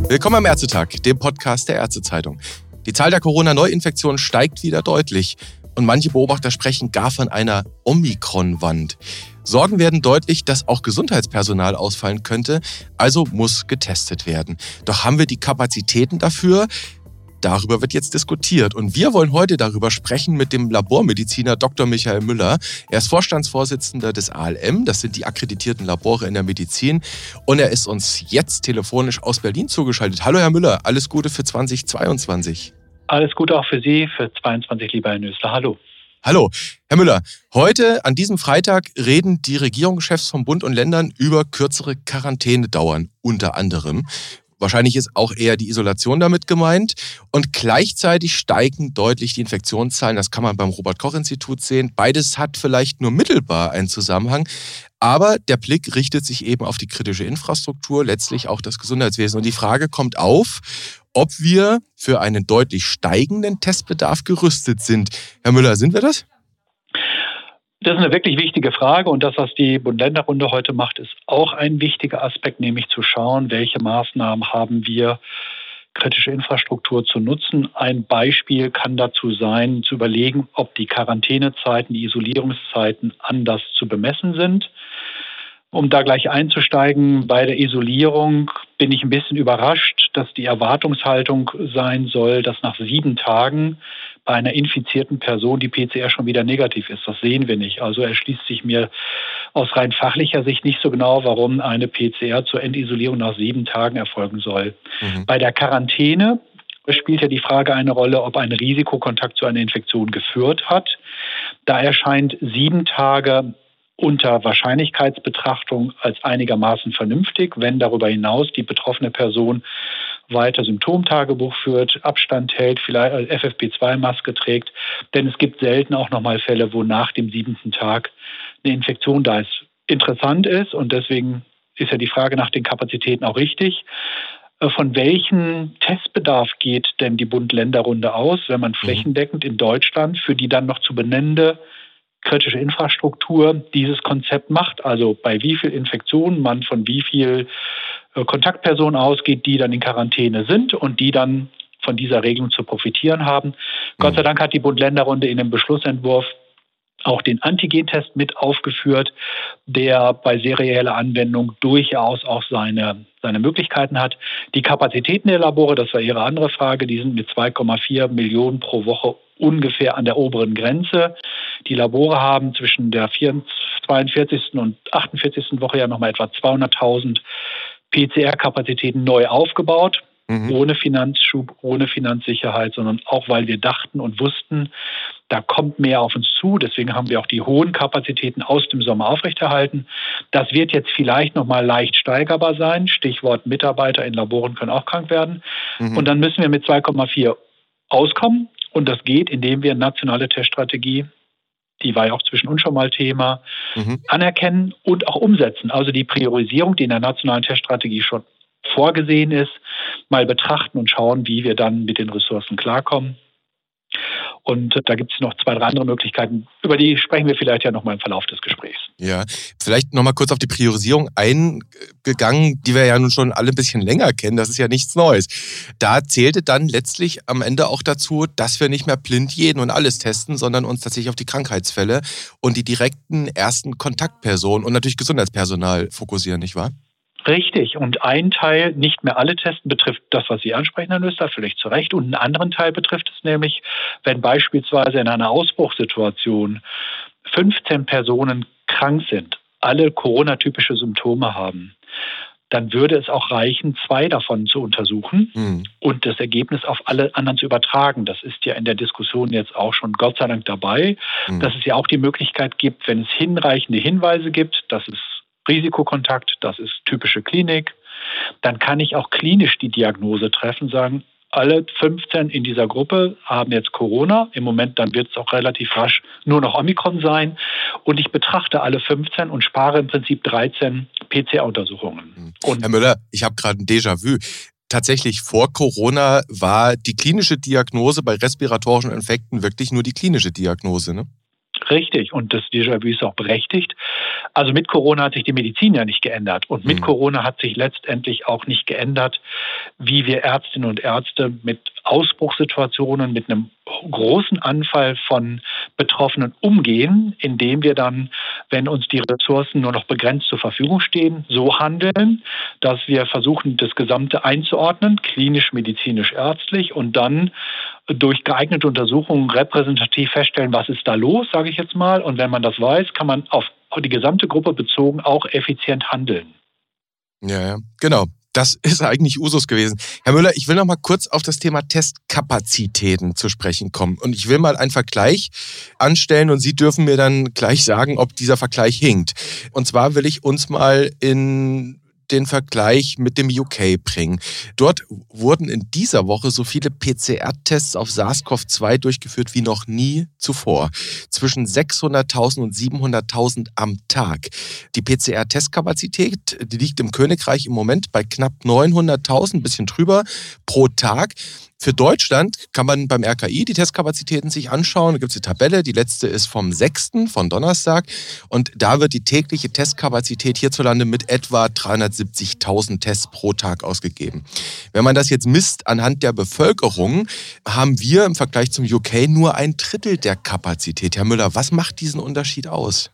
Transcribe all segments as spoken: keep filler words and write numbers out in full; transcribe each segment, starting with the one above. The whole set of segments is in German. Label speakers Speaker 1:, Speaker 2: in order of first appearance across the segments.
Speaker 1: Willkommen am Ärztetag, dem Podcast der Ärztezeitung. Die Zahl der Corona-Neuinfektionen steigt wieder deutlich und manche Beobachter sprechen gar von einer Omikron-Wand. Sorgen werden deutlich, dass auch Gesundheitspersonal ausfallen könnte, also muss getestet werden. Doch haben wir die Kapazitäten dafür? Darüber wird jetzt diskutiert und wir wollen heute darüber sprechen mit dem Labormediziner Doktor Michael Müller. Er ist Vorstandsvorsitzender des A L M, das sind die akkreditierten Labore in der Medizin, und er ist uns jetzt telefonisch aus Berlin zugeschaltet. Hallo Herr Müller, alles Gute für zweitausendzweiundzwanzig.
Speaker 2: Alles Gute auch für Sie, für zweiundzwanzig, lieber Herr Nösler. Hallo.
Speaker 1: Hallo, Herr Müller. Heute, an diesem Freitag, reden die Regierungschefs von Bund und Ländern über kürzere Quarantänedauern, unter anderem. Wahrscheinlich ist auch eher die Isolation damit gemeint. Und gleichzeitig steigen deutlich die Infektionszahlen. Das kann man beim Robert-Koch-Institut sehen. Beides hat vielleicht nur mittelbar einen Zusammenhang. Aber der Blick richtet sich eben auf die kritische Infrastruktur, letztlich auch das Gesundheitswesen. Und die Frage kommt auf, ob wir für einen deutlich steigenden Testbedarf gerüstet sind. Herr Müller, sind wir das?
Speaker 2: Das ist eine wirklich wichtige Frage und das, was die Bund-Länder-Runde heute macht, ist auch ein wichtiger Aspekt, nämlich zu schauen, welche Maßnahmen haben wir, kritische Infrastruktur zu nutzen. Ein Beispiel kann dazu sein, zu überlegen, ob die Quarantänezeiten, die Isolierungszeiten anders zu bemessen sind. Um da gleich einzusteigen, bei der Isolierung bin ich ein bisschen überrascht, dass die Erwartungshaltung sein soll, dass nach sieben Tagen bei einer infizierten Person die P C R schon wieder negativ ist. Das sehen wir nicht. Also erschließt sich mir aus rein fachlicher Sicht nicht so genau, warum eine P C R zur Endisolierung nach sieben Tagen erfolgen soll. Mhm. Bei der Quarantäne spielt ja die Frage eine Rolle, ob ein Risikokontakt zu einer Infektion geführt hat. Da erscheint sieben Tage unter Wahrscheinlichkeitsbetrachtung als einigermaßen vernünftig, wenn darüber hinaus die betroffene Person weiter Symptomtagebuch führt, Abstand hält, vielleicht F F P zwei Maske trägt. Denn es gibt selten auch nochmal Fälle, wo nach dem siebenten Tag eine Infektion da ist. Interessant ist, und deswegen ist ja die Frage nach den Kapazitäten auch richtig, von welchem Testbedarf geht denn die Bund-Länder-Runde aus, wenn man flächendeckend in Deutschland für die dann noch zu benennende kritische Infrastruktur dieses Konzept macht, also bei wie viel Infektionen man von wie viel Kontaktpersonen ausgeht, die dann in Quarantäne sind und die dann von dieser Regelung zu profitieren haben. Mhm. Gott sei Dank hat die Bund-Länder-Runde in dem Beschlussentwurf auch den Antigentest mit aufgeführt, der bei serieller Anwendung durchaus auch seine, seine Möglichkeiten hat. Die Kapazitäten der Labore, das war Ihre andere Frage, die sind mit zwei Komma vier Millionen pro Woche ungefähr an der oberen Grenze. Die Labore haben zwischen der zweiundvierzigsten und achtundvierzigsten Woche ja nochmal etwa zweihunderttausend P C R-Kapazitäten neu aufgebaut. Mhm. Ohne Finanzschub, ohne Finanzsicherheit, sondern auch, weil wir dachten und wussten, da kommt mehr auf uns zu. Deswegen haben wir auch die hohen Kapazitäten aus dem Sommer aufrechterhalten. Das wird jetzt vielleicht noch mal leicht steigerbar sein. Stichwort Mitarbeiter in Laboren können auch krank werden. Mhm. Und dann müssen wir mit zwei Komma vier auskommen. Und das geht, indem wir nationale Teststrategie, die war ja auch zwischen uns schon mal Thema, mhm. anerkennen und auch umsetzen. Also die Priorisierung, die in der nationalen Teststrategie schon vorgesehen ist, mal betrachten und schauen, wie wir dann mit den Ressourcen klarkommen. Und da gibt es noch zwei, drei andere Möglichkeiten. Über die sprechen wir vielleicht ja nochmal im Verlauf des Gesprächs.
Speaker 1: Ja, vielleicht nochmal kurz auf die Priorisierung eingegangen, die wir ja nun schon alle ein bisschen länger kennen. Das ist ja nichts Neues. Da zählte dann letztlich am Ende auch dazu, dass wir nicht mehr blind jeden und alles testen, sondern uns tatsächlich auf die Krankheitsfälle und die direkten ersten Kontaktpersonen und natürlich Gesundheitspersonal fokussieren, nicht wahr?
Speaker 2: Richtig. Und ein Teil, nicht mehr alle testen, betrifft das, was Sie ansprechen, Herr Nöster, völlig zu Recht. Und einen anderen Teil betrifft es nämlich, wenn beispielsweise in einer Ausbruchssituation fünfzehn Personen krank sind, alle Corona-typische Symptome haben, dann würde es auch reichen, zwei davon zu untersuchen mhm. und das Ergebnis auf alle anderen zu übertragen. Das ist ja in der Diskussion jetzt auch schon Gott sei Dank dabei, mhm. dass es ja auch die Möglichkeit gibt, wenn es hinreichende Hinweise gibt, dass es Risikokontakt, das ist typische Klinik, dann kann ich auch klinisch die Diagnose treffen, sagen, alle fünfzehn in dieser Gruppe haben jetzt Corona. Im Moment, dann wird es auch relativ rasch nur noch Omikron sein. Und ich betrachte alle fünfzehn und spare im Prinzip dreizehn P C R-Untersuchungen. Und
Speaker 1: Herr Müller, ich habe gerade ein Déjà-vu. Tatsächlich vor Corona war die klinische Diagnose bei respiratorischen Infekten wirklich nur die klinische Diagnose, ne?
Speaker 2: Richtig, und das Déjà-vu ist auch berechtigt. Also mit Corona hat sich die Medizin ja nicht geändert und mit mhm. Corona hat sich letztendlich auch nicht geändert, wie wir Ärztinnen und Ärzte mit Ausbruchssituationen, mit einem großen Anfall von Betroffenen umgehen, indem wir dann, wenn uns die Ressourcen nur noch begrenzt zur Verfügung stehen, so handeln, dass wir versuchen, das Gesamte einzuordnen, klinisch, medizinisch, ärztlich und dann durch geeignete Untersuchungen repräsentativ feststellen, was ist da los, sage ich jetzt mal. Und wenn man das weiß, kann man auf die gesamte Gruppe bezogen auch effizient handeln.
Speaker 1: Ja, ja, genau. Das ist eigentlich Usus gewesen. Herr Müller, ich will noch mal kurz auf das Thema Testkapazitäten zu sprechen kommen. Und ich will mal einen Vergleich anstellen und Sie dürfen mir dann gleich sagen, ob dieser Vergleich hinkt. Und zwar will ich uns mal in den Vergleich mit dem U K bringen. Dort wurden in dieser Woche so viele P C R-Tests auf SARS-C o V zwei durchgeführt wie noch nie zuvor. Zwischen sechshunderttausend und siebenhunderttausend am Tag. Die P C R-Testkapazität, die liegt im Königreich im Moment bei knapp neunhunderttausend, ein bisschen drüber, pro Tag. Für Deutschland kann man beim R K I die Testkapazitäten sich anschauen. Da gibt es eine Tabelle, die letzte ist vom sechsten von Donnerstag. Und da wird die tägliche Testkapazität hierzulande mit etwa dreihundertsiebzigtausend Tests pro Tag ausgegeben. Wenn man das jetzt misst anhand der Bevölkerung, haben wir im Vergleich zum U K nur ein Drittel der Kapazität. Herr Müller, was macht diesen Unterschied aus?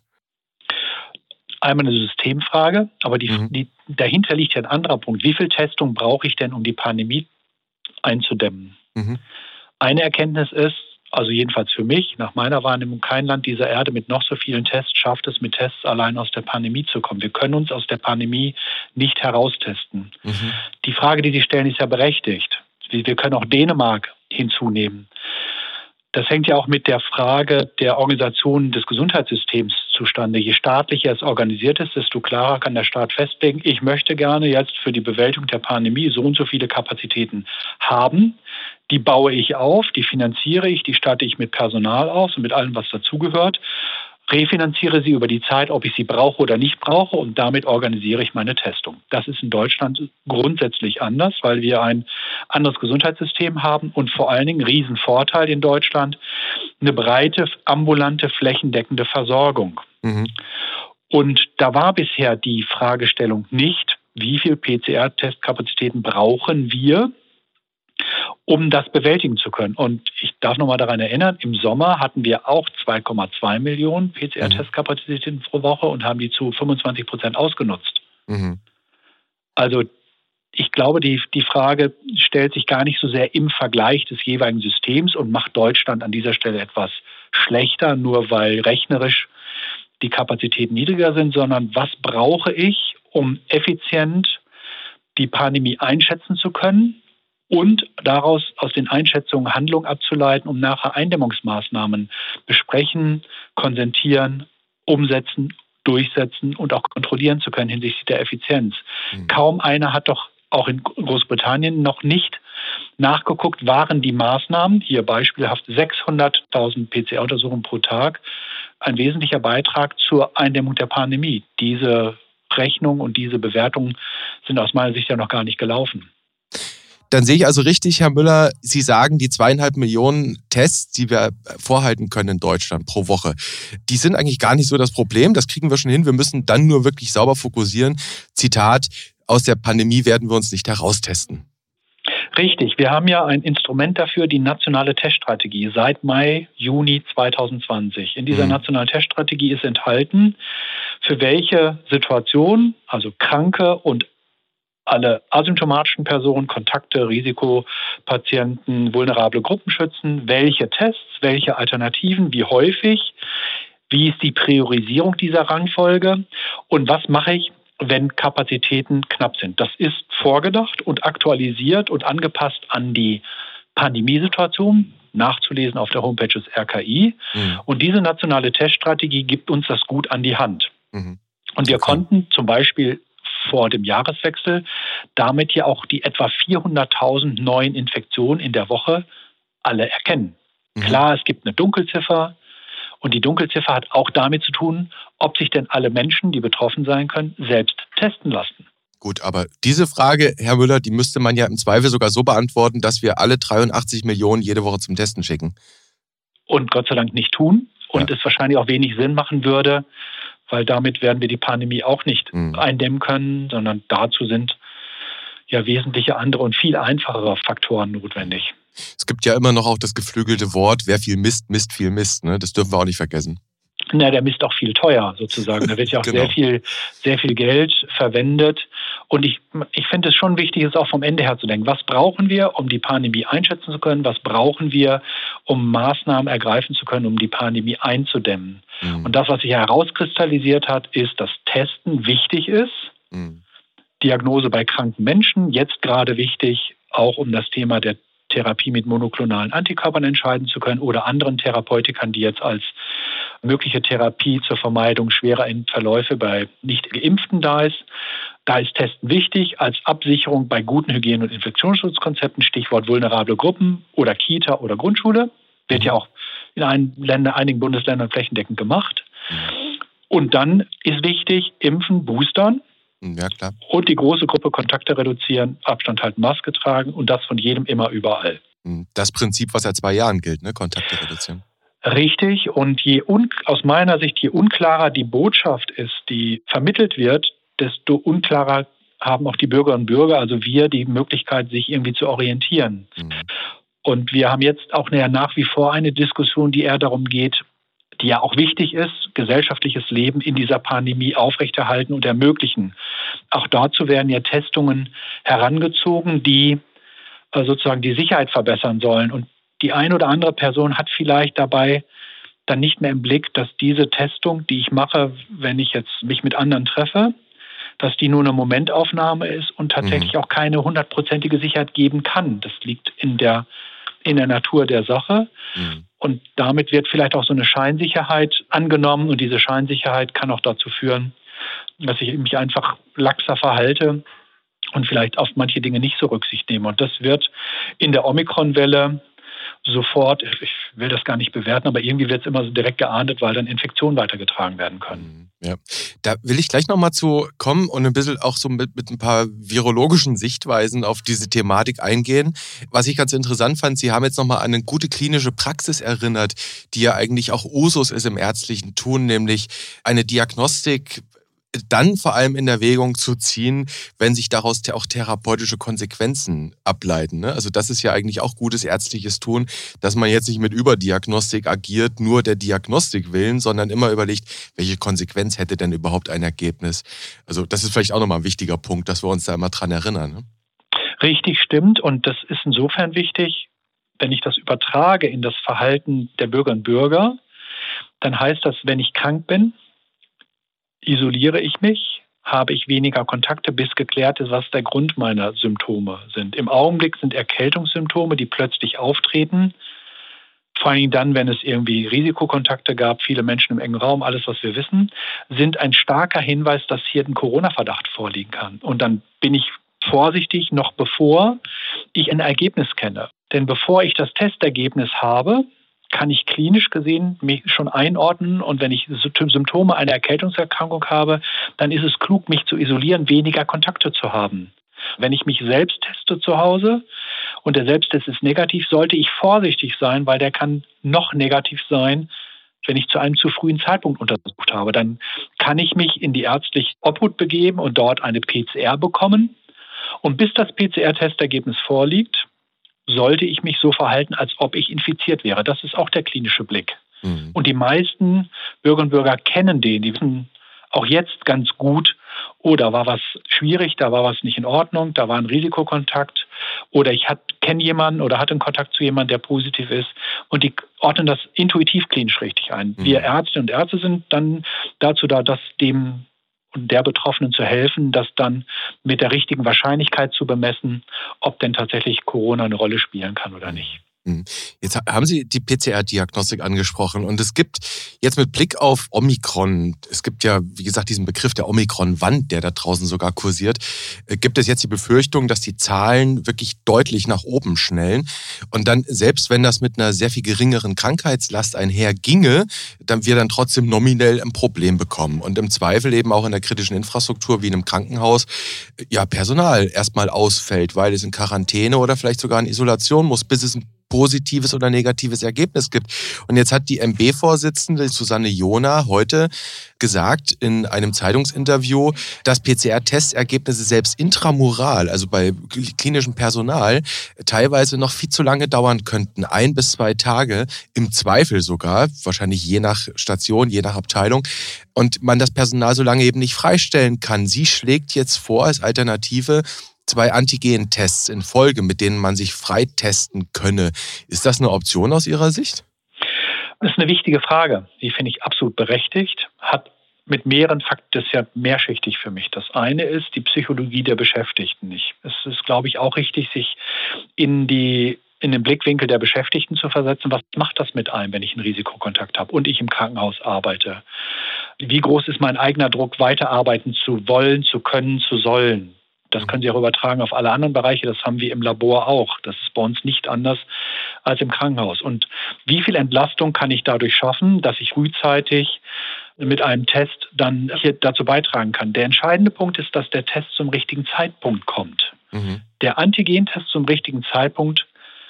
Speaker 2: Einmal eine Systemfrage, aber die, mhm. die, dahinter liegt ja ein anderer Punkt. Wie viel Testung brauche ich denn, um die Pandemie einzudämmen? Mhm. Eine Erkenntnis ist, also jedenfalls für mich, nach meiner Wahrnehmung, kein Land dieser Erde mit noch so vielen Tests schafft es, mit Tests allein aus der Pandemie zu kommen. Wir können uns aus der Pandemie nicht heraustesten. Mhm. Die Frage, die Sie stellen, ist ja berechtigt. Wir können auch Dänemark hinzunehmen. Das hängt ja auch mit der Frage der Organisation des Gesundheitssystems zustande. Je staatlicher es organisiert ist, desto klarer kann der Staat festlegen, ich möchte gerne jetzt für die Bewältigung der Pandemie so und so viele Kapazitäten haben. Die baue ich auf, die finanziere ich, die statte ich mit Personal aus und mit allem, was dazugehört. Refinanziere sie über die Zeit, ob ich sie brauche oder nicht brauche und damit organisiere ich meine Testung. Das ist in Deutschland grundsätzlich anders, weil wir ein anderes Gesundheitssystem haben und vor allen Dingen, Riesenvorteil in Deutschland, eine breite, ambulante, flächendeckende Versorgung. Mhm. Und da war bisher die Fragestellung nicht, wie viel P C R-Testkapazitäten brauchen wir, um das bewältigen zu können. Und ich darf noch mal daran erinnern, im Sommer hatten wir auch zwei Komma zwei Millionen P C R-Testkapazitäten pro Woche und haben die zu fünfundzwanzig Prozent ausgenutzt. Mhm. Also ich glaube, die, die Frage stellt sich gar nicht so sehr im Vergleich des jeweiligen Systems und macht Deutschland an dieser Stelle etwas schlechter, nur weil rechnerisch die Kapazitäten niedriger sind, sondern was brauche ich, um effizient die Pandemie einschätzen zu können und daraus aus den Einschätzungen Handlung abzuleiten, um nachher Eindämmungsmaßnahmen besprechen, konsentieren, umsetzen, durchsetzen und auch kontrollieren zu können hinsichtlich der Effizienz. Mhm. Kaum einer hat doch auch in Großbritannien noch nicht nachgeguckt, waren die Maßnahmen, hier beispielhaft sechshunderttausend P C R-Untersuchungen pro Tag, ein wesentlicher Beitrag zur Eindämmung der Pandemie. Diese Rechnung und diese Bewertungen sind aus meiner Sicht ja noch gar nicht gelaufen.
Speaker 1: Dann sehe ich also richtig, Herr Müller, Sie sagen, die zweieinhalb Millionen Tests, die wir vorhalten können in Deutschland pro Woche, die sind eigentlich gar nicht so das Problem. Das kriegen wir schon hin. Wir müssen dann nur wirklich sauber fokussieren. Zitat, aus der Pandemie werden wir uns nicht heraustesten.
Speaker 2: Richtig. Wir haben ja ein Instrument dafür, die nationale Teststrategie seit Mai, Juni zweitausendzwanzig. In dieser mhm. nationalen Teststrategie ist enthalten, für welche Situation, also Kranke und alle asymptomatischen Personen, Kontakte, Risikopatienten, vulnerable Gruppen schützen, welche Tests, welche Alternativen, wie häufig, wie ist die Priorisierung dieser Rangfolge und was mache ich, wenn Kapazitäten knapp sind. Das ist vorgedacht und aktualisiert und angepasst an die Pandemiesituation, nachzulesen auf der Homepage des R K I. Mhm. Und diese nationale Teststrategie gibt uns das gut an die Hand. Mhm. Und wir okay. konnten zum Beispiel vor dem Jahreswechsel damit ja auch die etwa vierhunderttausend neuen Infektionen in der Woche alle erkennen. Mhm. Klar, es gibt eine Dunkelziffer und die Dunkelziffer hat auch damit zu tun, ob sich denn alle Menschen, die betroffen sein können, selbst testen lassen.
Speaker 1: Gut, aber diese Frage, Herr Müller, die müsste man ja im Zweifel sogar so beantworten, dass wir alle dreiundachtzig Millionen jede Woche zum Testen schicken.
Speaker 2: Und Gott sei Dank nicht tun. und ja. es wahrscheinlich auch wenig Sinn machen würde, weil damit werden wir die Pandemie auch nicht mhm. eindämmen können, sondern dazu sind ja wesentliche andere und viel einfachere Faktoren notwendig.
Speaker 1: Es gibt ja immer noch auch das geflügelte Wort, wer viel misst, misst viel Mist. Ne? Das dürfen wir auch nicht vergessen.
Speaker 2: Na, der misst auch viel teuer sozusagen. Da wird ja auch genau. sehr viel, sehr viel Geld verwendet. Und ich, ich finde es schon wichtig, es auch vom Ende her zu denken. Was brauchen wir, um die Pandemie einschätzen zu können? Was brauchen wir, um Maßnahmen ergreifen zu können, um die Pandemie einzudämmen? Mhm. Und das, was sich herauskristallisiert hat, ist, dass Testen wichtig ist. Mhm. Diagnose bei kranken Menschen, jetzt gerade wichtig, auch um das Thema der Therapie mit monoklonalen Antikörpern entscheiden zu können oder anderen Therapeutikern, die jetzt als mögliche Therapie zur Vermeidung schwerer Verläufe bei Nicht-Geimpften da ist. Da ist Testen wichtig als Absicherung bei guten Hygiene- und Infektionsschutzkonzepten, Stichwort vulnerable Gruppen oder Kita oder Grundschule. Wird ja auch in einigen, Ländern, einigen Bundesländern flächendeckend gemacht. Und dann ist wichtig, impfen, boostern.
Speaker 1: Ja, klar.
Speaker 2: Und die große Gruppe Kontakte reduzieren, Abstand halten, Maske tragen und das von jedem immer überall.
Speaker 1: Das Prinzip, was seit zwei Jahren gilt, ne? Kontakte reduzieren.
Speaker 2: Richtig. Und je un- aus meiner Sicht, je unklarer die Botschaft ist, die vermittelt wird, desto unklarer haben auch die Bürgerinnen und Bürger, also wir, die Möglichkeit, sich irgendwie zu orientieren. Mhm. Und wir haben jetzt auch nach wie vor eine Diskussion, die eher darum geht, die ja auch wichtig ist, gesellschaftliches Leben in dieser Pandemie aufrechterhalten und ermöglichen. Auch dazu werden ja Testungen herangezogen, die äh, sozusagen die Sicherheit verbessern sollen. Und die eine oder andere Person hat vielleicht dabei dann nicht mehr im Blick, dass diese Testung, die ich mache, wenn ich jetzt mich mit anderen treffe, dass die nur eine Momentaufnahme ist und tatsächlich mhm. auch keine hundertprozentige Sicherheit geben kann. Das liegt in der, in der Natur der Sache. Mhm. Und damit wird vielleicht auch so eine Scheinsicherheit angenommen. Und diese Scheinsicherheit kann auch dazu führen, dass ich mich einfach laxer verhalte und vielleicht auf manche Dinge nicht so Rücksicht nehme. Und das wird in der Omikron-Welle sofort, ich will das gar nicht bewerten, aber irgendwie wird es immer so direkt geahndet, weil dann Infektionen weitergetragen werden können.
Speaker 1: Ja, da will ich gleich nochmal zu kommen und ein bisschen auch so mit, mit ein paar virologischen Sichtweisen auf diese Thematik eingehen. Was ich ganz interessant fand, Sie haben jetzt nochmal an eine gute klinische Praxis erinnert, die ja eigentlich auch Usus ist im ärztlichen Tun, nämlich eine Diagnostik dann vor allem in Erwägung zu ziehen, wenn sich daraus auch therapeutische Konsequenzen ableiten. Ne? Also das ist ja eigentlich auch gutes ärztliches Tun, dass man jetzt nicht mit Überdiagnostik agiert, nur der Diagnostik willen, sondern immer überlegt, welche Konsequenz hätte denn überhaupt ein Ergebnis. Also das ist vielleicht auch nochmal ein wichtiger Punkt, dass wir uns da immer dran erinnern. Ne?
Speaker 2: Richtig, stimmt. Und das ist insofern wichtig, wenn ich das übertrage in das Verhalten der Bürgerinnen und Bürger, dann heißt das, wenn ich krank bin, isoliere ich mich, habe ich weniger Kontakte, bis geklärt ist, was der Grund meiner Symptome sind. Im Augenblick sind Erkältungssymptome, die plötzlich auftreten, vor allem dann, wenn es irgendwie Risikokontakte gab, viele Menschen im engen Raum, alles, was wir wissen, sind ein starker Hinweis, dass hier ein Corona-Verdacht vorliegen kann. Und dann bin ich vorsichtig, noch bevor ich ein Ergebnis kenne. Denn bevor ich das Testergebnis habe, kann ich klinisch gesehen mich schon einordnen und wenn ich Symptome einer Erkältungserkrankung habe, dann ist es klug, mich zu isolieren, weniger Kontakte zu haben. Wenn ich mich selbst teste zu Hause und der Selbsttest ist negativ, sollte ich vorsichtig sein, weil der kann noch negativ sein, wenn ich zu einem zu frühen Zeitpunkt untersucht habe. Dann kann ich mich in die ärztliche Obhut begeben und dort eine P C R bekommen. Und bis das P C R-Testergebnis vorliegt, sollte ich mich so verhalten, als ob ich infiziert wäre. Das ist auch der klinische Blick. Mhm. Und die meisten Bürgerinnen und Bürger kennen den. Die wissen auch jetzt ganz gut, oh, da war was schwierig, da war was nicht in Ordnung, da war ein Risikokontakt oder ich kenne jemanden oder hatte einen Kontakt zu jemandem, der positiv ist. Und die ordnen das intuitiv klinisch richtig ein. Mhm. Wir Ärzte und Ärzte sind dann dazu da, dass dem und der Betroffenen zu helfen, das dann mit der richtigen Wahrscheinlichkeit zu bemessen, ob denn tatsächlich Corona eine Rolle spielen kann oder nicht.
Speaker 1: Jetzt haben Sie die P C R-Diagnostik angesprochen und es gibt jetzt mit Blick auf Omikron, es gibt ja, wie gesagt, diesen Begriff der Omikron-Wand, der da draußen sogar kursiert, gibt es jetzt die Befürchtung, dass die Zahlen wirklich deutlich nach oben schnellen und dann, selbst wenn das mit einer sehr viel geringeren Krankheitslast einherginge, dann wir dann trotzdem nominell ein Problem bekommen und im Zweifel eben auch in der kritischen Infrastruktur wie in einem Krankenhaus ja Personal erstmal ausfällt, weil es in Quarantäne oder vielleicht sogar in Isolation muss, bis es ein positives oder negatives Ergebnis gibt. Und jetzt hat die M B-Vorsitzende Susanne Jona heute gesagt in einem Zeitungsinterview, dass P C R-Testergebnisse selbst intramural, also bei klinischem Personal, teilweise noch viel zu lange dauern könnten. Ein bis zwei Tage, im Zweifel sogar, wahrscheinlich je nach Station, je nach Abteilung. Und man das Personal so lange eben nicht freistellen kann. Sie schlägt jetzt vor als Alternative zwei Antigen-Tests in Folge, mit denen man sich freitesten könne. Ist das eine Option aus Ihrer Sicht?
Speaker 2: Das ist eine wichtige Frage. Die finde ich absolut berechtigt. Hat mit mehreren Fakten, das ist ja mehrschichtig für mich. Das eine ist die Psychologie der Beschäftigten. Es ist, glaube ich, auch richtig, sich in die in den Blickwinkel der Beschäftigten zu versetzen. Was macht das mit einem, wenn ich einen Risikokontakt habe und ich im Krankenhaus arbeite? Wie groß ist mein eigener Druck, weiterarbeiten zu wollen, zu können, zu sollen? Das können Sie auch übertragen auf alle anderen Bereiche. Das haben wir im Labor auch. Das ist bei uns nicht anders als im Krankenhaus. Und wie viel Entlastung kann ich dadurch schaffen, dass ich frühzeitig mit einem Test dann hier dazu beitragen kann? Der entscheidende Punkt ist, dass der Test zum richtigen Zeitpunkt kommt. Mhm. Der Antigentest zum richtigen Zeitpunkt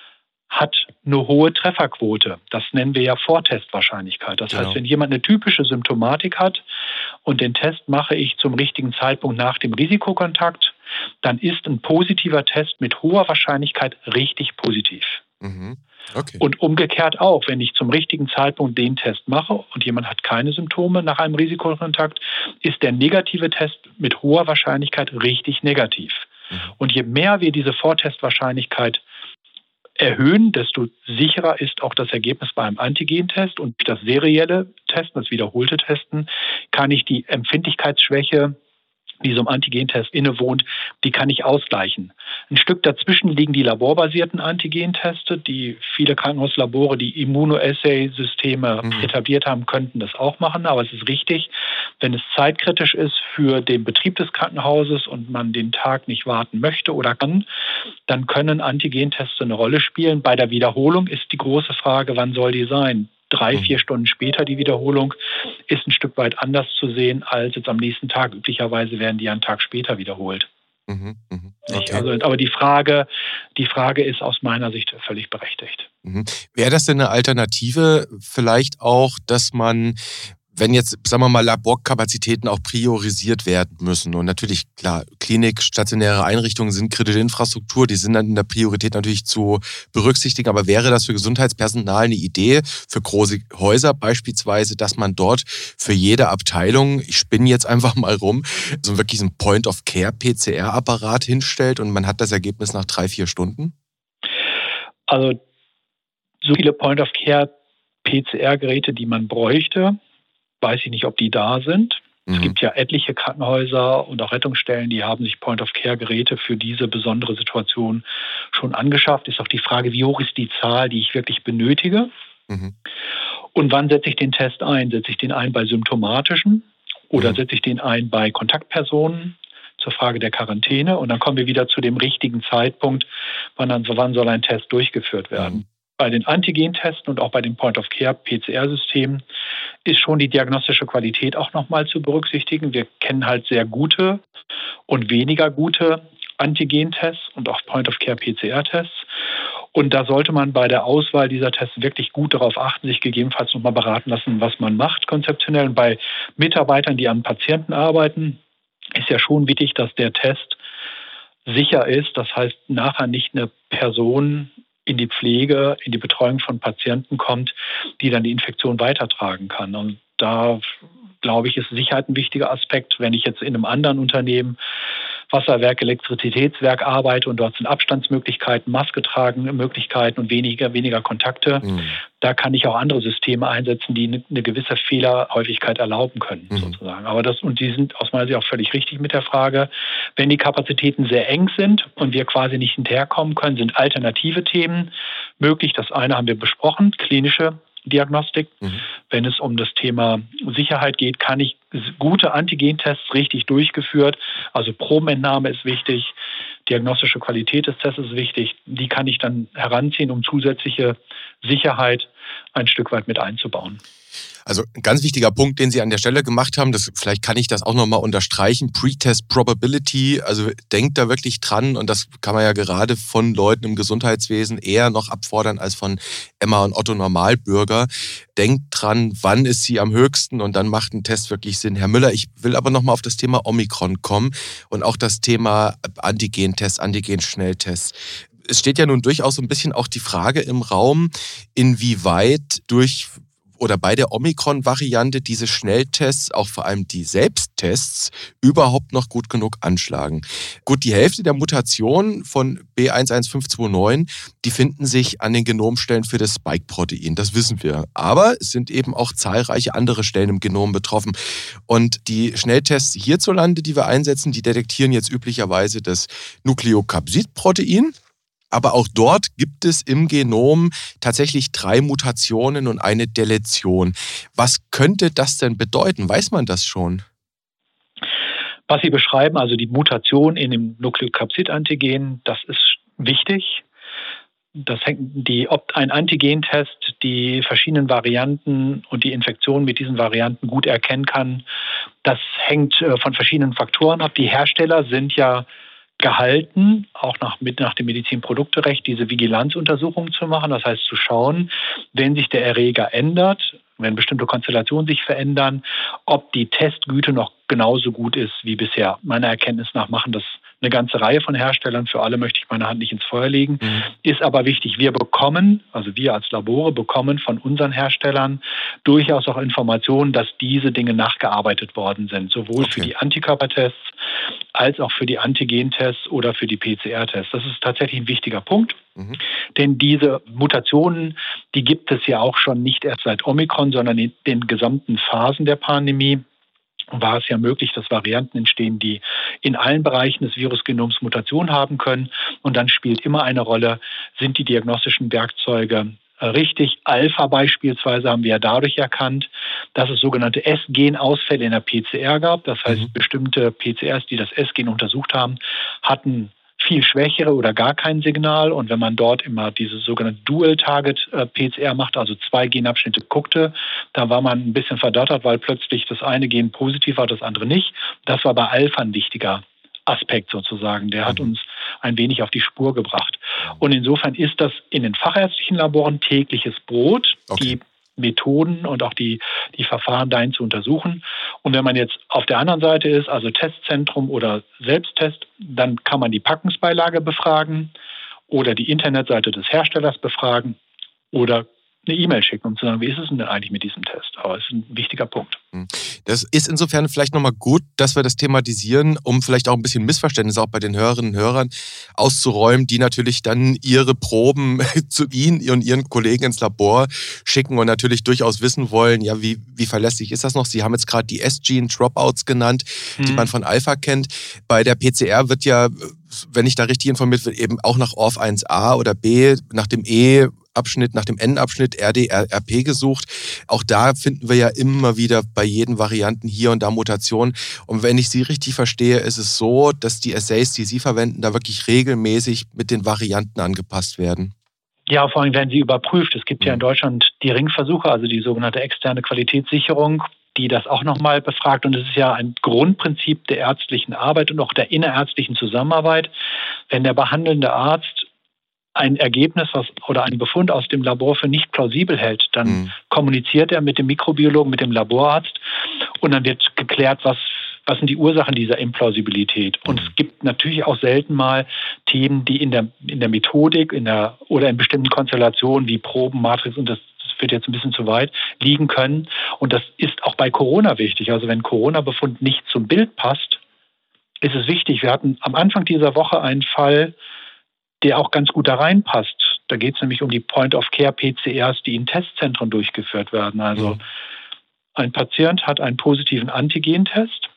Speaker 2: hat eine hohe Trefferquote. Das nennen wir ja Vortestwahrscheinlichkeit. Das genau. heißt, wenn jemand eine typische Symptomatik hat und den Test mache ich zum richtigen Zeitpunkt nach dem Risikokontakt, dann ist ein positiver Test mit hoher Wahrscheinlichkeit richtig positiv. Mhm. Okay. Und umgekehrt auch, wenn ich zum richtigen Zeitpunkt den Test mache und jemand hat keine Symptome nach einem Risikokontakt, ist der negative Test mit hoher Wahrscheinlichkeit richtig negativ. Mhm. Und je mehr wir diese Vortestwahrscheinlichkeit erhöhen, desto sicherer ist auch das Ergebnis bei einem Antigentest. Und durch das serielle Testen, das wiederholte Testen, kann ich die Empfindlichkeitsschwäche, die so einem Antigentest innewohnt, die kann ich ausgleichen. Ein Stück dazwischen liegen die laborbasierten Antigenteste, die viele Krankenhauslabore, die Immunoassay-Systeme mhm. etabliert haben, könnten das auch machen. Aber es ist richtig, wenn es zeitkritisch ist für den Betrieb des Krankenhauses und man den Tag nicht warten möchte oder kann, dann können Antigenteste eine Rolle spielen. Bei der Wiederholung ist die große Frage, wann soll die sein? Drei, vier Stunden später die Wiederholung ist ein Stück weit anders zu sehen als jetzt am nächsten Tag. Üblicherweise werden die einen Tag später wiederholt. Mhm, mh. Okay. Also, aber die Frage, die Frage ist aus meiner Sicht völlig berechtigt.
Speaker 1: Mhm. Wäre das denn eine Alternative vielleicht auch, dass man, wenn jetzt, sagen wir mal, Laborkapazitäten auch priorisiert werden müssen und natürlich, klar, Klinik, stationäre Einrichtungen sind kritische Infrastruktur, die sind dann in der Priorität natürlich zu berücksichtigen, aber wäre das für Gesundheitspersonal eine Idee, für große Häuser beispielsweise, dass man dort für jede Abteilung, ich spinne jetzt einfach mal rum, so wirklich einen Point-of-Care-P C R-Apparat hinstellt und man hat das Ergebnis nach drei, vier Stunden?
Speaker 2: Also so viele Point-of-Care-P C R-Geräte, die man bräuchte, weiß ich nicht, ob die da sind. Mhm. Es gibt ja etliche Krankenhäuser und auch Rettungsstellen, die haben sich Point-of-Care-Geräte für diese besondere Situation schon angeschafft. Ist auch die Frage, wie hoch ist die Zahl, die ich wirklich benötige? Mhm. Und wann setze ich den Test ein? Setze ich den ein bei symptomatischen oder mhm. setze ich den ein bei Kontaktpersonen? Zur Frage der Quarantäne. Und dann kommen wir wieder zu dem richtigen Zeitpunkt, wann, dann, wann soll ein Test durchgeführt werden. Mhm. Bei den Antigentesten und auch bei den Point-of-Care-P C R-Systemen ist schon die diagnostische Qualität auch nochmal zu berücksichtigen. Wir kennen halt sehr gute und weniger gute Antigentests und auch Point-of-Care-P C R-Tests. Und da sollte man bei der Auswahl dieser Tests wirklich gut darauf achten, sich gegebenenfalls nochmal beraten lassen, was man macht konzeptionell. Und bei Mitarbeitern, die an Patienten arbeiten, ist ja schon wichtig, dass der Test sicher ist. Das heißt, nachher nicht eine Person in die Pflege, in die Betreuung von Patienten kommt, die dann die Infektion weitertragen kann. Und da, glaube ich, ist Sicherheit ein wichtiger Aspekt. Wenn ich jetzt in einem anderen Unternehmen, Wasserwerk, Elektrizitätswerk arbeite und dort sind Abstandsmöglichkeiten, Maske tragen Möglichkeiten und weniger, weniger Kontakte, mhm. da kann ich auch andere Systeme einsetzen, die eine, eine gewisse Fehlerhäufigkeit erlauben können, mhm. sozusagen. Aber das, und die sind aus meiner Sicht auch völlig richtig mit der Frage, wenn die Kapazitäten sehr eng sind und wir quasi nicht hinterherkommen können, sind alternative Themen möglich. Das eine haben wir besprochen, klinische Diagnostik. Mhm. Wenn es um das Thema Sicherheit geht, kann ich gute Antigentests richtig durchgeführt, also Probenentnahme ist wichtig, diagnostische Qualität des Tests ist wichtig, die kann ich dann heranziehen, um zusätzliche Sicherheit ein Stück weit mit einzubauen.
Speaker 1: Also ein ganz wichtiger Punkt, den Sie an der Stelle gemacht haben, das, vielleicht kann ich das auch nochmal unterstreichen, Pre-Test Probability, also denkt da wirklich dran, und das kann man ja gerade von Leuten im Gesundheitswesen eher noch abfordern als von Emma und Otto Normalbürger. Denkt dran, wann ist sie am höchsten, und dann macht ein Test wirklich Sinn. Herr Müller, ich will aber nochmal auf das Thema Omikron kommen und auch das Thema Antigen-Test, Antigen-Schnelltest. Es steht ja nun durchaus so ein bisschen auch die Frage im Raum, inwieweit durch oder bei der Omikron-Variante diese Schnelltests, auch vor allem die Selbsttests, überhaupt noch gut genug anschlagen. Gut, die Hälfte der Mutationen von B eins eins fünf zwei neun, die finden sich an den Genomstellen für das Spike-Protein, das wissen wir. Aber es sind eben auch zahlreiche andere Stellen im Genom betroffen. Und die Schnelltests hierzulande, die wir einsetzen, die detektieren jetzt üblicherweise das Nukleokapsid-Protein. Aber auch dort gibt es im Genom tatsächlich drei Mutationen und eine Deletion. Was könnte das denn bedeuten? Weiß man das schon?
Speaker 2: Was Sie beschreiben, also die Mutation in dem Nukleokapsid-Antigen, das ist wichtig. Das hängt die, ob ein Antigentest die verschiedenen Varianten und die Infektion mit diesen Varianten gut erkennen kann, das hängt von verschiedenen Faktoren ab. Die Hersteller sind ja gehalten, auch nach, mit, nach dem Medizinprodukterecht, diese Vigilanzuntersuchungen zu machen. Das heißt, zu schauen, wenn sich der Erreger ändert, wenn bestimmte Konstellationen sich verändern, ob die Testgüte noch genauso gut ist wie bisher. Meiner Erkenntnis nach machen das eine ganze Reihe von Herstellern. Für alle möchte ich meine Hand nicht ins Feuer legen. Mhm. Ist aber wichtig, wir bekommen, also wir als Labore bekommen von unseren Herstellern durchaus auch Informationen, dass diese Dinge nachgearbeitet worden sind. Sowohl okay. für die Antikörpertests als auch für die Antigentests oder für die P C R-Tests. Das ist tatsächlich ein wichtiger Punkt. Mhm. Denn diese Mutationen, die gibt es ja auch schon nicht erst seit Omikron, sondern in den gesamten Phasen der Pandemie war es ja möglich, dass Varianten entstehen, die in allen Bereichen des Virusgenoms Mutationen haben können. Und dann spielt immer eine Rolle, sind die diagnostischen Werkzeuge richtig. Alpha beispielsweise haben wir ja dadurch erkannt, dass es sogenannte S-Gen-Ausfälle in der P C R gab. Das heißt, mhm. bestimmte P C Rs, die das S-Gen untersucht haben, hatten viel schwächere oder gar kein Signal. Und wenn man dort immer diese sogenannte Dual-Target-P C R macht, also zwei Genabschnitte guckte, da war man ein bisschen verdattert, weil plötzlich das eine Gen positiv war, das andere nicht. Das war bei Alpha ein wichtiger Aspekt sozusagen. Der hat uns ein wenig auf die Spur gebracht. Und insofern ist das in den fachärztlichen Laboren tägliches Brot, okay. die Methoden und auch die, die Verfahren dahin zu untersuchen. Und wenn man jetzt auf der anderen Seite ist, also Testzentrum oder Selbsttest, dann kann man die Packungsbeilage befragen oder die Internetseite des Herstellers befragen oder eine E-Mail schicken, um zu sagen, wie ist es denn eigentlich mit diesem Test? Aber es ist ein wichtiger Punkt.
Speaker 1: Das ist insofern vielleicht nochmal gut, dass wir das thematisieren, um vielleicht auch ein bisschen Missverständnisse auch bei den Hörerinnen und Hörern auszuräumen, die natürlich dann ihre Proben zu Ihnen und Ihren Kollegen ins Labor schicken und natürlich durchaus wissen wollen, ja, wie, wie verlässlich ist das noch? Sie haben jetzt gerade die S-Gene-Dropouts genannt, hm. die man von Alpha kennt. Bei der P C R wird ja, wenn ich da richtig informiert bin, eben auch nach O R F eins a oder B, nach dem E Abschnitt, nach dem N-Abschnitt R D, R P gesucht. Auch da finden wir ja immer wieder bei jeden Varianten hier und da Mutationen. Und wenn ich Sie richtig verstehe, ist es so, dass die Assays, die Sie verwenden, da wirklich regelmäßig mit den Varianten angepasst werden.
Speaker 2: Ja, vor allem werden sie überprüft. Es gibt ja in Deutschland die Ringversuche, also die sogenannte externe Qualitätssicherung, die das auch nochmal befragt. Und es ist ja ein Grundprinzip der ärztlichen Arbeit und auch der innerärztlichen Zusammenarbeit. Wenn der behandelnde Arzt ein Ergebnis was, oder einen Befund aus dem Labor für nicht plausibel hält, dann mhm. kommuniziert er mit dem Mikrobiologen, mit dem Laborarzt und dann wird geklärt, was, was sind die Ursachen dieser Implausibilität. Und mhm. es gibt natürlich auch selten mal Themen, die in der, in der Methodik in der, oder in bestimmten Konstellationen wie Proben, Matrix und das führt jetzt ein bisschen zu weit, liegen können. Und das ist auch bei Corona wichtig. Also wenn Corona-Befund nicht zum Bild passt, ist es wichtig. Wir hatten am Anfang dieser Woche einen Fall, der auch ganz gut da reinpasst. Da geht es nämlich um die Point-of-Care-P C Rs, die in Testzentren durchgeführt werden. Also mhm. ein Patient hat einen positiven Antigentest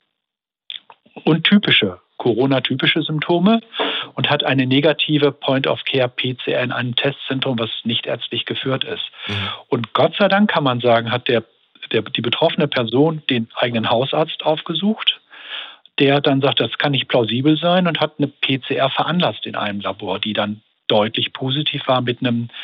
Speaker 2: und typische, Corona-typische Symptome und hat eine negative Point-of-Care-P C R in einem Testzentrum, was nicht ärztlich geführt ist. Mhm. Und Gott sei Dank kann man sagen, hat der, der, die betroffene Person den eigenen Hausarzt aufgesucht, der dann sagt, das kann nicht plausibel sein und hat eine P C R veranlasst in einem Labor, die dann deutlich positiv war mit einem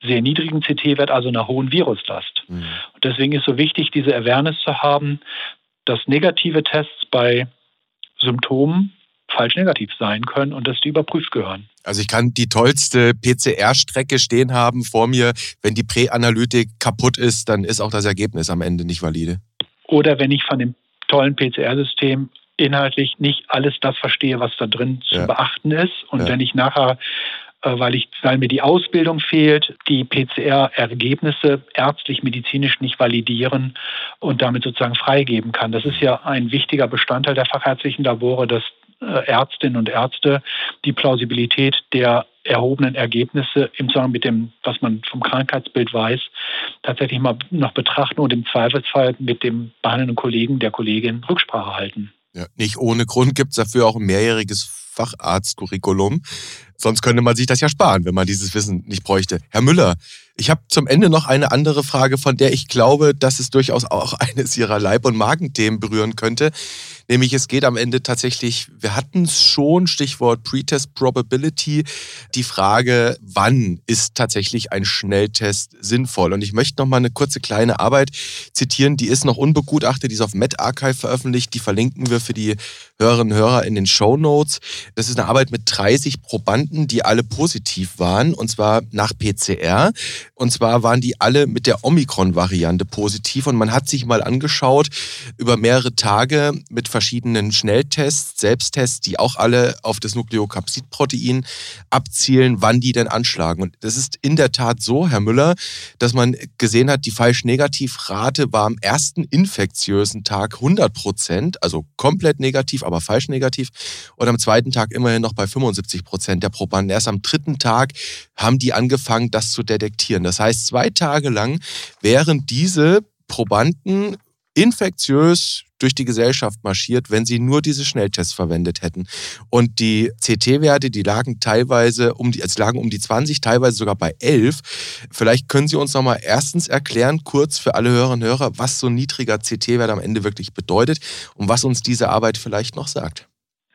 Speaker 2: sehr niedrigen C T-Wert, also einer hohen Viruslast. Mhm. Und deswegen ist so wichtig, diese Awareness zu haben, dass negative Tests bei Symptomen falsch negativ sein können und dass die überprüft gehören.
Speaker 1: Also ich kann die tollste P C R-Strecke stehen haben vor mir. Wenn die Präanalytik kaputt ist, dann ist auch das Ergebnis am Ende nicht valide.
Speaker 2: Oder wenn ich von dem tollen P C R-System inhaltlich nicht alles das verstehe, was da drin zu ja. beachten ist. Und ja. wenn ich nachher, äh, weil ich, weil mir die Ausbildung fehlt, die P C R-Ergebnisse ärztlich-medizinisch nicht validieren und damit sozusagen freigeben kann. Das ist ja ein wichtiger Bestandteil der fachärztlichen Labore, dass äh, Ärztinnen und Ärzte die Plausibilität der erhobenen Ergebnisse im Zusammenhang mit dem, was man vom Krankheitsbild weiß, tatsächlich mal noch betrachten und im Zweifelsfall mit dem behandelnden Kollegen, der Kollegin Rücksprache halten.
Speaker 1: Ja, nicht ohne Grund gibt es dafür auch ein mehrjähriges Facharztcurriculum. Sonst könnte man sich das ja sparen, wenn man dieses Wissen nicht bräuchte. Herr Müller, ich habe zum Ende noch eine andere Frage, von der ich glaube, dass es durchaus auch eines Ihrer Leib- und Magenthemen berühren könnte. Nämlich es geht am Ende tatsächlich, wir hatten es schon, Stichwort Pretest Probability, die Frage, wann ist tatsächlich ein Schnelltest sinnvoll? Und ich möchte noch mal eine kurze kleine Arbeit zitieren, die ist noch unbegutachtet, die ist auf medArchive veröffentlicht, die verlinken wir für die Hörerinnen und Hörer in den Shownotes. Das ist eine Arbeit mit dreißig Probanden, die alle positiv waren, und zwar nach P C R. Und zwar waren die alle mit der Omikron-Variante positiv und man hat sich mal angeschaut über mehrere Tage mit verschiedenen Schnelltests, Selbsttests, die auch alle auf das Nukleokapsid-Protein abzielen, wann die denn anschlagen. Und das ist in der Tat so, Herr Müller, dass man gesehen hat, die Falsch-Negativ-Rate war am ersten infektiösen Tag hundert Prozent, also komplett negativ, aber falsch negativ. Und am zweiten Tag immerhin noch bei fünfundsiebzig Prozent der Probanden. Erst am dritten Tag haben die angefangen, das zu detektieren. Das heißt, zwei Tage lang wären diese Probanden infektiös durch die Gesellschaft marschiert, wenn sie nur diese Schnelltests verwendet hätten. Und die C T-Werte, die lagen teilweise um die, also lagen um die zwanzig, teilweise sogar bei elf. Vielleicht können Sie uns noch mal erstens erklären, kurz für alle Hörerinnen und Hörer, was so ein niedriger C T-Wert am Ende wirklich bedeutet und was uns diese Arbeit vielleicht noch sagt.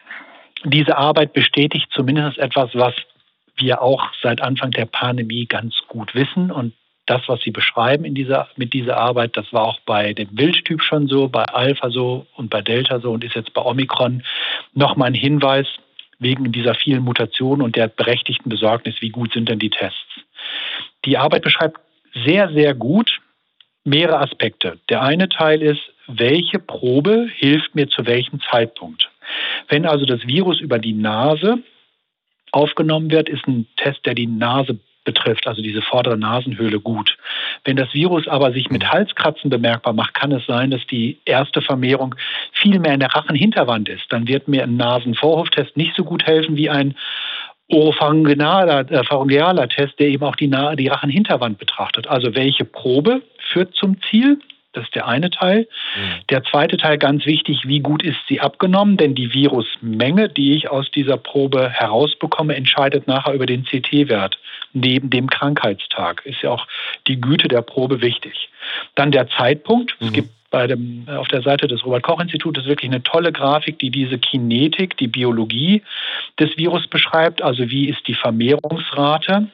Speaker 2: Diese Arbeit bestätigt zumindest etwas, was wir auch seit Anfang der Pandemie ganz gut wissen. Und das, was Sie beschreiben in dieser, mit dieser Arbeit, das war auch bei dem Wildtyp schon so, bei Alpha so und bei Delta so und ist jetzt bei Omikron nochmal ein Hinweis wegen dieser vielen Mutationen und der berechtigten Besorgnis, wie gut sind denn die Tests. Die Arbeit beschreibt sehr, sehr gut mehrere Aspekte. Der eine Teil ist, welche Probe hilft mir zu welchem Zeitpunkt. Wenn also das Virus über die Nase aufgenommen wird, ist ein Test, der die Nase betrifft, also diese vordere Nasenhöhle, gut. Wenn das Virus aber sich mit Halskratzen bemerkbar macht, kann es sein, dass die erste Vermehrung viel mehr in der Rachenhinterwand ist. Dann wird mir ein Nasenvorhoftest nicht so gut helfen wie ein oropharyngealer äh, pharyngealer Test, der eben auch die, Na- die Rachenhinterwand betrachtet. Also welche Probe führt zum Ziel? Das ist der eine Teil. Mhm. Der zweite Teil, ganz wichtig, wie gut ist sie abgenommen? Denn die Virusmenge, die ich aus dieser Probe herausbekomme, entscheidet nachher über den C T-Wert. Neben dem Krankheitstag ist ja auch die Güte der Probe wichtig. Dann der Zeitpunkt. Mhm. Es gibt bei dem, auf der Seite des Robert-Koch-Institutes wirklich eine tolle Grafik, die diese Kinetik, die Biologie des Virus beschreibt. Also wie ist die Vermehrungsrate?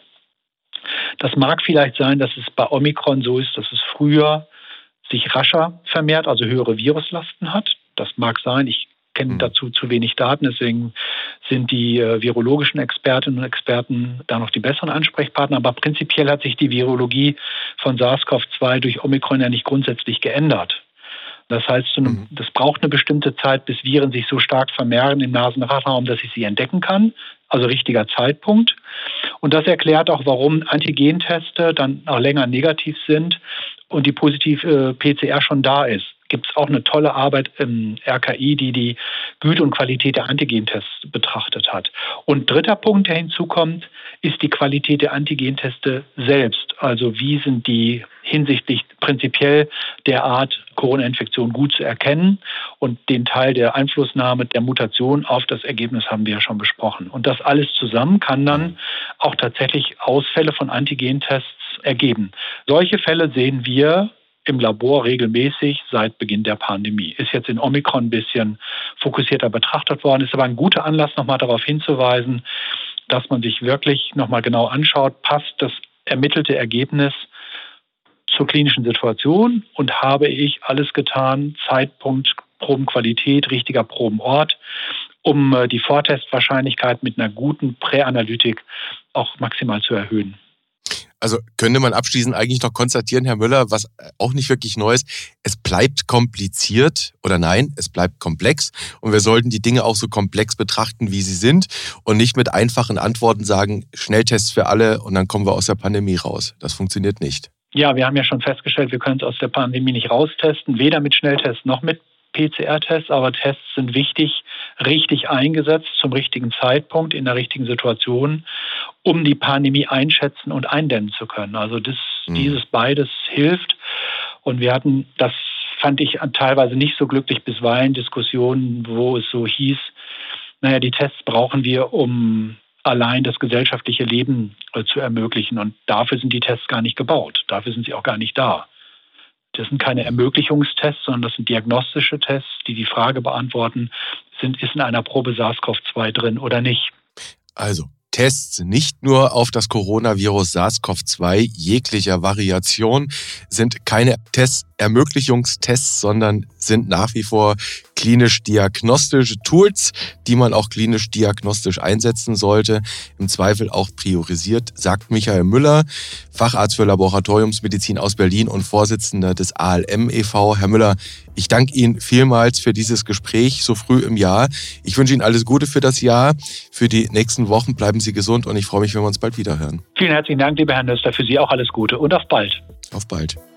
Speaker 2: Das mag vielleicht sein, dass es bei Omikron so ist, dass es früher sich rascher vermehrt, also höhere Viruslasten hat. Das mag sein. Ich kenne dazu zu wenig Daten, deswegen sind die äh, virologischen Expertinnen und Experten da noch die besseren Ansprechpartner. Aber prinzipiell hat sich die Virologie von SARS-CoV zwei durch Omikron ja nicht grundsätzlich geändert. Das heißt, das braucht eine bestimmte Zeit, bis Viren sich so stark vermehren im Nasenrachenraum, dass ich sie entdecken kann. Also richtiger Zeitpunkt. Und das erklärt auch, warum Antigenteste dann auch länger negativ sind und die positive P C R schon da ist. Gibt es auch eine tolle Arbeit im R K I, die die Güte und Qualität der Antigentests betrachtet hat. Und dritter Punkt, der hinzukommt, ist die Qualität der Antigenteste selbst. Also wie sind die hinsichtlich prinzipiell der Art Corona-Infektion gut zu erkennen. Und den Teil der Einflussnahme der Mutation auf das Ergebnis haben wir ja schon besprochen. Und das alles zusammen kann dann auch tatsächlich Ausfälle von Antigentests ergeben. Solche Fälle sehen wir im Labor regelmäßig seit Beginn der Pandemie. Ist jetzt in Omikron ein bisschen fokussierter betrachtet worden, ist aber ein guter Anlass, nochmal darauf hinzuweisen, dass man sich wirklich nochmal genau anschaut, passt das ermittelte Ergebnis zur klinischen Situation und habe ich alles getan, Zeitpunkt, Probenqualität, richtiger Probenort, um die Vortestwahrscheinlichkeit mit einer guten Präanalytik auch maximal zu erhöhen.
Speaker 1: Also könnte man abschließend eigentlich noch konstatieren, Herr Müller, was auch nicht wirklich neu ist, es bleibt kompliziert oder nein, es bleibt komplex und wir sollten die Dinge auch so komplex betrachten, wie sie sind und nicht mit einfachen Antworten sagen, Schnelltests für alle und dann kommen wir aus der Pandemie raus. Das funktioniert nicht.
Speaker 2: Ja, wir haben ja schon festgestellt, wir können es aus der Pandemie nicht raustesten, weder mit Schnelltests noch mit P C R-Tests, aber Tests sind wichtig, richtig eingesetzt zum richtigen Zeitpunkt, in der richtigen Situation, um die Pandemie einschätzen und eindämmen zu können. Also das, mhm. dieses beides hilft. Und wir hatten, das fand ich teilweise nicht so glücklich, bisweilen Diskussionen, wo es so hieß, naja, die Tests brauchen wir, um allein das gesellschaftliche Leben äh, zu ermöglichen. Und dafür sind die Tests gar nicht gebaut. Dafür sind sie auch gar nicht da. Das sind keine Ermöglichungstests, sondern das sind diagnostische Tests, die die Frage beantworten, sind, ist in einer Probe SARS-C o V zwei drin oder nicht.
Speaker 1: Also Tests nicht nur auf das Coronavirus SARS-C o V zwei jeglicher Variation, sind keine Tests, Ermöglichungstests, sondern sind nach wie vor klinisch-diagnostische Tools, die man auch klinisch-diagnostisch einsetzen sollte, im Zweifel auch priorisiert, sagt Michael Müller, Facharzt für Laboratoriumsmedizin aus Berlin und Vorsitzender des A L M e V. Herr Müller, ich danke Ihnen vielmals für dieses Gespräch so früh im Jahr. Ich wünsche Ihnen alles Gute für das Jahr, für die nächsten Wochen. Bleiben Sie gesund und ich freue mich, wenn wir uns bald wieder hören.
Speaker 2: Vielen herzlichen Dank, lieber Herr Nöster, für Sie auch alles Gute und auf bald.
Speaker 1: Auf bald.